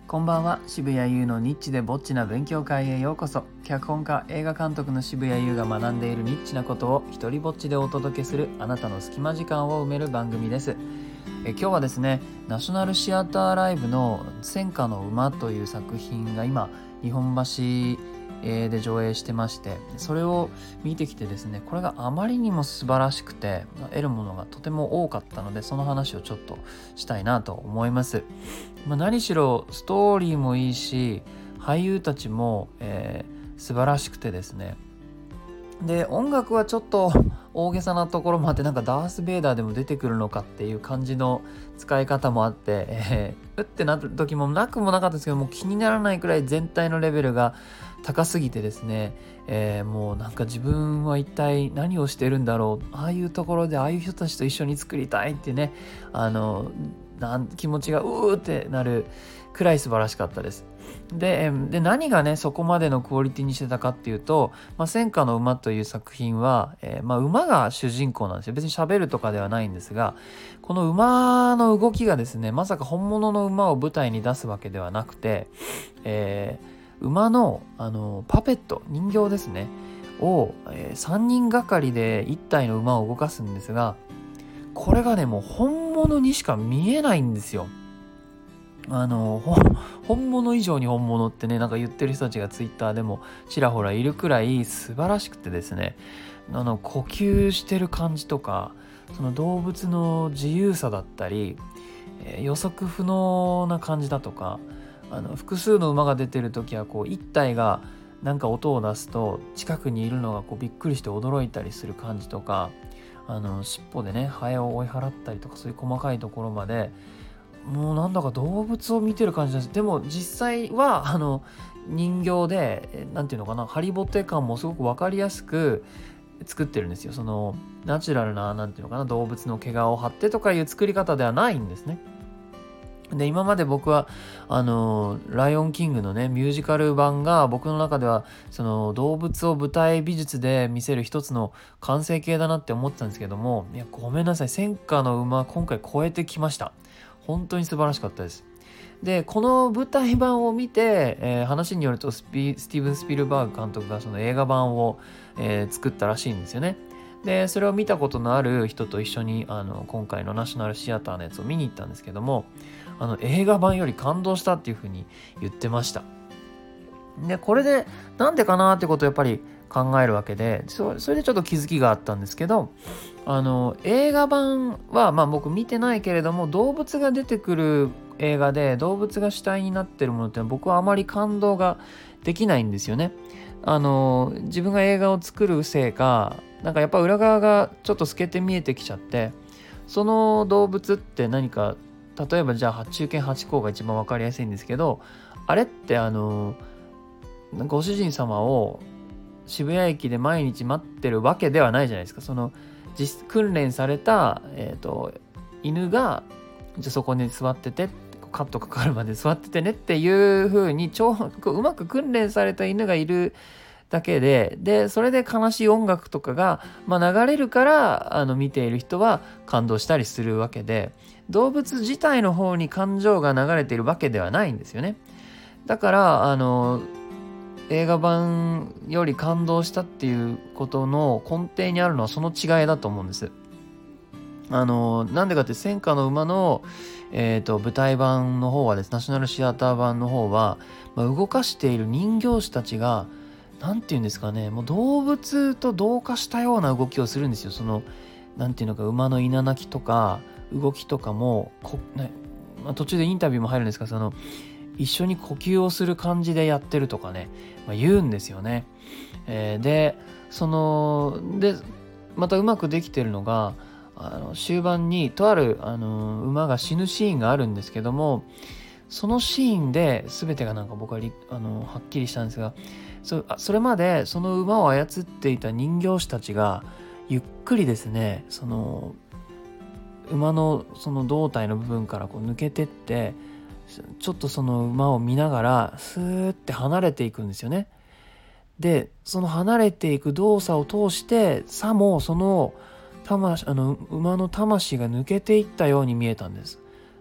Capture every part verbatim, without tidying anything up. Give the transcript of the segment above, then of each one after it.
こんばんは。渋谷優のニッチでぼっちな勉強会へようこそ。脚本家、映画監督の渋谷優が学んでいるニッチなことを一人ぼっちでお届けするあなたの隙間時間を埋める番組です。え今日はですね、ナショナルシアターライブの戦火の馬という作品が今日本橋で上映してまして、それを見てきてですね、これがあまりにも素晴らしくて得るものがとても多かったので、その話をちょっとしたいなと思います。まあ、何しろストーリーもいいし、俳優たちも、えー、素晴らしくてですね、で音楽はちょっと大げさなところもあって、なんかダース・ベイダーでも出てくるのかっていう感じの使い方もあって、えー、うってなった時もなくもなかったですけども、気にならないくらい全体のレベルが高すぎてですね、えー、もうなんか自分は一体何をしてるんだろう、ああいうところでああいう人たちと一緒に作りたいってね、あのなん気持ちがうーってなるくらい素晴らしかったです。で, で何がねそこまでのクオリティにしてたかっていうと、まあ、戦火の馬という作品は、えーまあ、馬が主人公なんですよ。別に喋るとかではないんですが、この馬の動きがですね、まさか本物の馬を舞台に出すわけではなくて、えー、馬の、あのパペット人形ですねを、えー、さんにんがかりでいち体の馬を動かすんですが、これがねもう本物にしか見えないんですよ。あの本物以上に本物ってね、なんか言ってる人たちがツイッターでもちらほらいるくらい素晴らしくてですね、あの呼吸してる感じとか、その動物の自由さだったり、えー、予測不能な感じだとか、あの複数の馬が出てる時はこう一体がなんか音を出すと近くにいるのがこうびっくりして驚いたりする感じとか、あの尻尾でねハエを追い払ったりとか、そういう細かいところまでもうなんだか動物を見てる感じなんです。でも実際はあの人形で、なんていうのかな、ハリボテ感もすごく分かりやすく作ってるんですよ。そのナチュラルな、なんていうのかな、動物の毛皮を張ってとかいう作り方ではないんですね。で今まで僕はあのライオンキングのねミュージカル版が僕の中ではその動物を舞台美術で見せる一つの完成形だなって思ってたんですけども、いやごめんなさい、戦火の馬今回超えてきました。本当に素晴らしかったです。でこの舞台版を見て、えー、話によるとスピスティーブン・スピルバーグ監督がその映画版を、えー、作ったらしいんですよね。でそれを見たことのある人と一緒にあの今回のナショナルシアターのやつを見に行ったんですけども、あの映画版より感動したっていう風に言ってました。でこれでなんでかなってことをやっぱり考えるわけで、それでちょっと気づきがあったんですけど、あの映画版はまあ僕見てないけれども、動物が出てくる映画で動物が主体になってるものって僕はあまり感動ができないんですよね。あの自分が映画を作るせいか、なんかやっぱ裏側がちょっと透けて見えてきちゃって、その動物って何か、例えばじゃあ中堅八甲が一番わかりやすいんですけど、あれってあのご主人様を渋谷駅で毎日待ってるわけではないじゃないですか。その実訓練された、えーと、犬がじゃそこに座ってて、カットかかるまで座っててねっていう風に超うまく訓練された犬がいるだけで、でそれで悲しい音楽とかが、まあ、流れるからあの見ている人は感動したりするわけで、動物自体の方に感情が流れているわけではないんですよね。だからあの映画版より感動したっていうことの根底にあるのはその違いだと思うんです。あのなんでかって、戦火の馬の、えーと、舞台版の方はです、ナショナルシアター版の方は、まあ、動かしている人形師たちがなんていうんですかね、もう動物と同化したような動きをするんですよ。そのなんていうのか、馬のいななきとか動きとかもこ、ねまあ、途中でインタビューも入るんですが、その一緒に呼吸をする感じでやってるとかね、まあ、言うんですよね。えー、でそのでまたうまくできてるのが、あの終盤にとあるあの馬が死ぬシーンがあるんですけども、そのシーンで全てがなんか僕はあのはっきりしたんですが、 そ, それまでその馬を操っていた人形師たちがゆっくりですね、その馬のその胴体の部分からこう抜けてって、ちょっとその馬を見ながらスーって離れていくんですよね。でその離れていく動作を通してさもその魂あの馬の魂が抜けていったように見えたんです。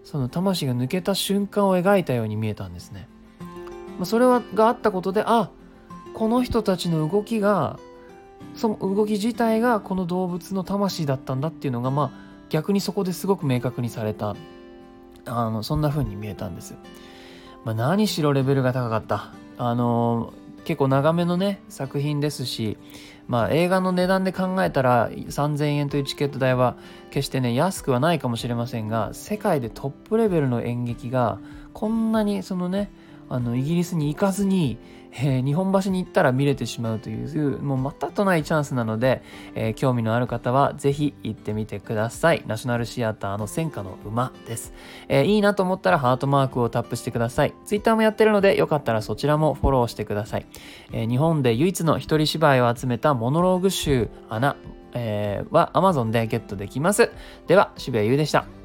その魂が抜けた瞬間を描いたように見えたんですね。まあ、それはがあったことで、あ、この人たちの動きがその動き自体がこの動物の魂だったんだっていうのが、まあ逆にそこですごく明確にされた、あのそんな風に見えたんです。まあ、何しろレベルが高かった。あの結構長めのね作品ですし、まあ映画の値段で考えたらさんぜんえんというチケット代は決してね安くはないかもしれませんが、世界でトップレベルの演劇がこんなにそのねあのイギリスに行かずに、えー、日本橋に行ったら見れてしまうというもうまたとないチャンスなので、えー、興味のある方はぜひ行ってみてください。ナショナルシアターの戦火の馬です。えー、いいなと思ったらハートマークをタップしてください。ツイッターもやってるのでよかったらそちらもフォローしてください。えー、日本で唯一の一人芝居を集めたモノローグ集穴、えー、は Amazon でゲットできます。では渋谷優でした。